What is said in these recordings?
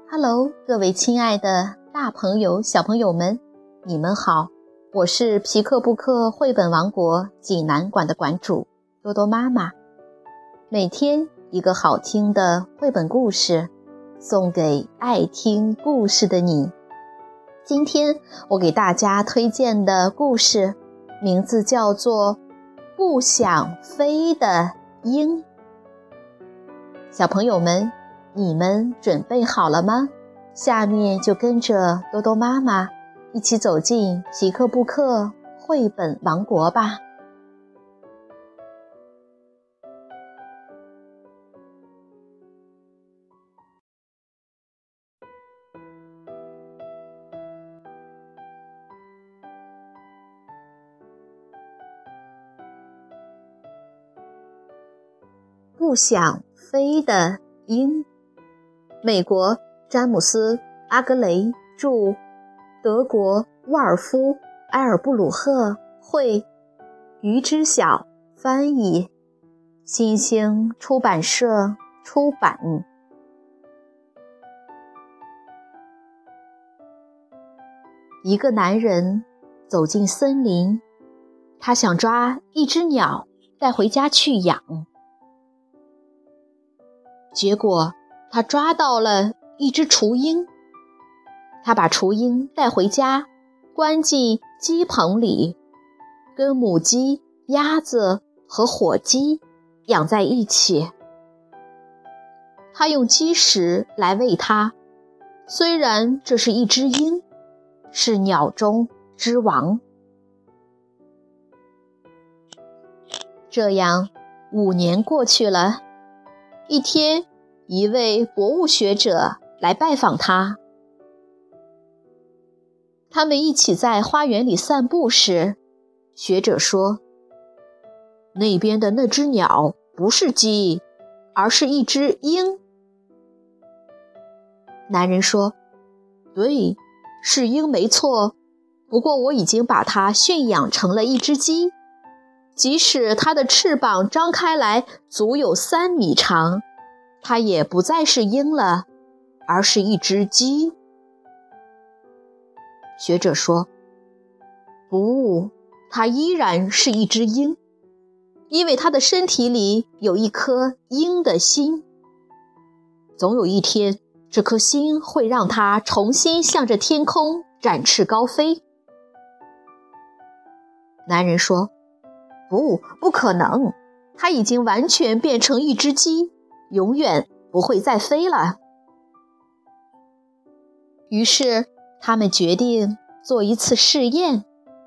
Hello， 各位亲爱的大朋友、小朋友们，你们好，我是皮克布克绘本王国济南馆的馆主多多妈妈。每天一个好听的绘本故事，送给爱听故事的你。今天我给大家推荐的故事，名字叫做《不想飞的鹰》。小朋友们，你们准备好了吗？下面就跟着多多妈妈一起走进皮克布克绘本王国吧。不想飞的鹰，美国詹姆斯·阿格雷著，德国沃尔夫·埃尔布鲁赫绘，于知晓翻译，新星出版社出版。一个男人走进森林，他想抓一只鸟带回家去养。结果他抓到了一只雏鹰，他把雏鹰带回家，关进鸡棚里，跟母鸡、鸭子和火鸡养在一起。他用鸡食来喂它，虽然这是一只鹰，是鸟中之王。这样5年过去了，一天，一位博物学者来拜访他。他们一起在花园里散步时，学者说：“那边的那只鸟不是鸡，而是一只鹰。”男人说：“对，是鹰没错，不过我已经把它驯养成了一只鸡，即使它的翅膀张开来足有3米长，它也不再是鹰了，而是一只鸡。”学者说：“不，它依然是一只鹰，因为它的身体里有一颗鹰的心。总有一天，这颗心会让它重新向着天空展翅高飞。”男人说：“不可能，它已经完全变成一只鸡，永远不会再飞了。”于是他们决定做一次试验。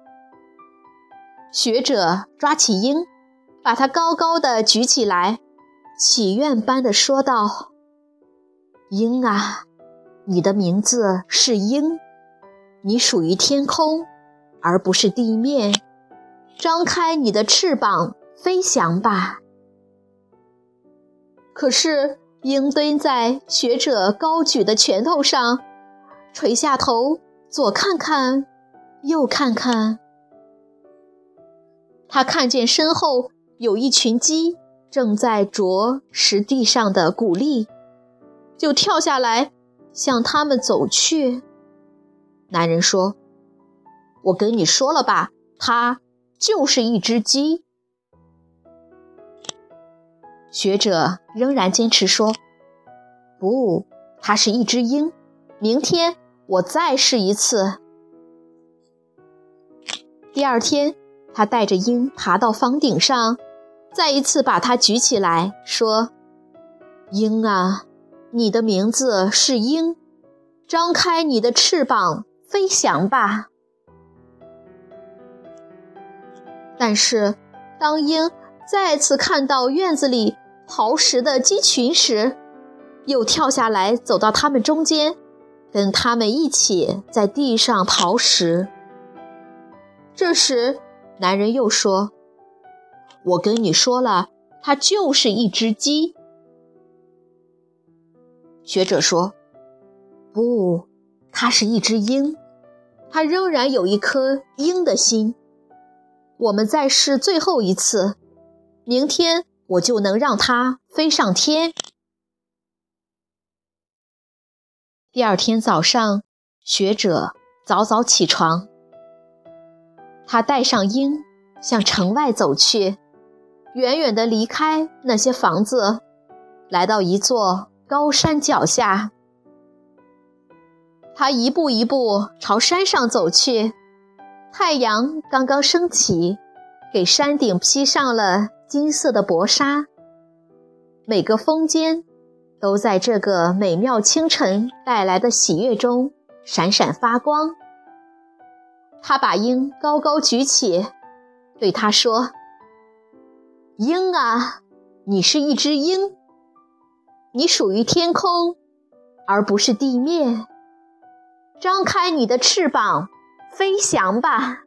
学者抓起鹰，把它高高地举起来，祈愿般地说道：“鹰啊，你的名字是鹰，你属于天空，而不是地面。张开你的翅膀，飞翔吧。”可是鹰蹲在学者高举的拳头上，垂下头，左看看，右看看。他看见身后有一群鸡正在啄食地上的谷粒，就跳下来向他们走去。男人说：“我跟你说了吧，它就是一只鸡。”学者仍然坚持说：“不，它是一只鹰，明天我再试一次。”第2天，他带着鹰爬到房顶上，再一次把它举起来，说：“鹰啊，你的名字是鹰，张开你的翅膀，飞翔吧。”但是，当鹰再次看到院子里刨食的鸡群时，又跳下来走到它们中间，跟它们一起在地上刨食。这时男人又说：“我跟你说了，它就是一只鸡。”学者说：“不，它是一只鹰，它仍然有一颗鹰的心。我们再试最后一次，明天我就能让它飞上天。” 第二天早上，学者早早起床，他带上鹰向城外走去，远远地离开那些房子，来到一座高山脚下。他一步一步朝山上走去，太阳刚刚升起，给山顶披上了金色的薄纱，每个峰尖都在这个美妙清晨带来的喜悦中闪闪发光。他把鹰高高举起，对他说：鹰啊，你是一只鹰，你属于天空，而不是地面。张开你的翅膀，飞翔吧。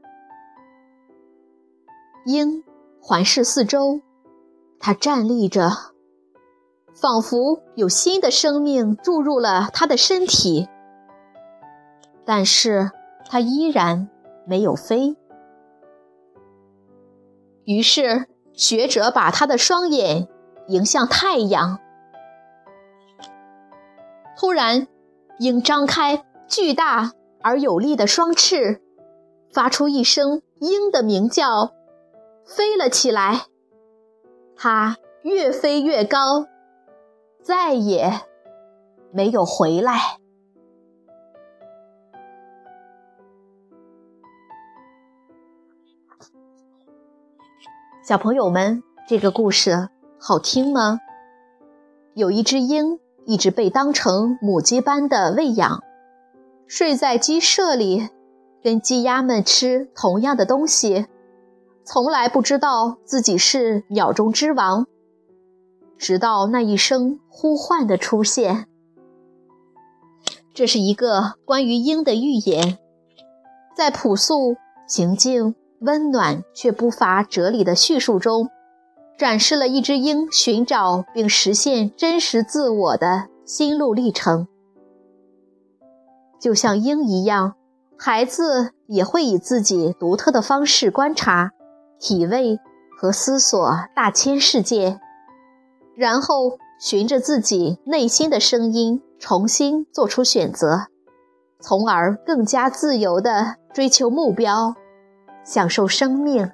鹰环视四周，它站立着，仿佛有新的生命注入了它的身体，但是它依然没有飞。于是学者把他的双眼迎向太阳。突然，鹰张开巨大而有力的双翅，发出一声鹰的鸣叫，飞了起来。它越飞越高，再也没有回来。小朋友们，这个故事好听吗？有一只鹰一直被当成母鸡般的喂养，睡在鸡舍里，跟鸡鸭们吃同样的东西，从来不知道自己是鸟中之王，直到那一声呼唤的出现。这是一个关于鹰的寓言，在朴素、平静、温暖却不乏哲理的叙述中，展示了一只鹰寻找并实现真实自我的心路历程。就像鹰一样，孩子也会以自己独特的方式观察、体味和思索大千世界，然后循着自己内心的声音重新做出选择，从而更加自由地追求目标，享受生命。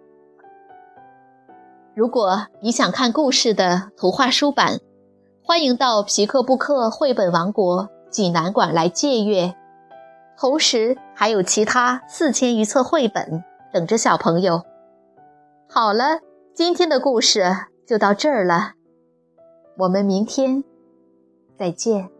如果你想看故事的图画书版，欢迎到皮克布克绘本王国济南馆来借阅，同时还有其他4000余册绘本等着小朋友。好了，今天的故事就到这儿了，我们明天再见。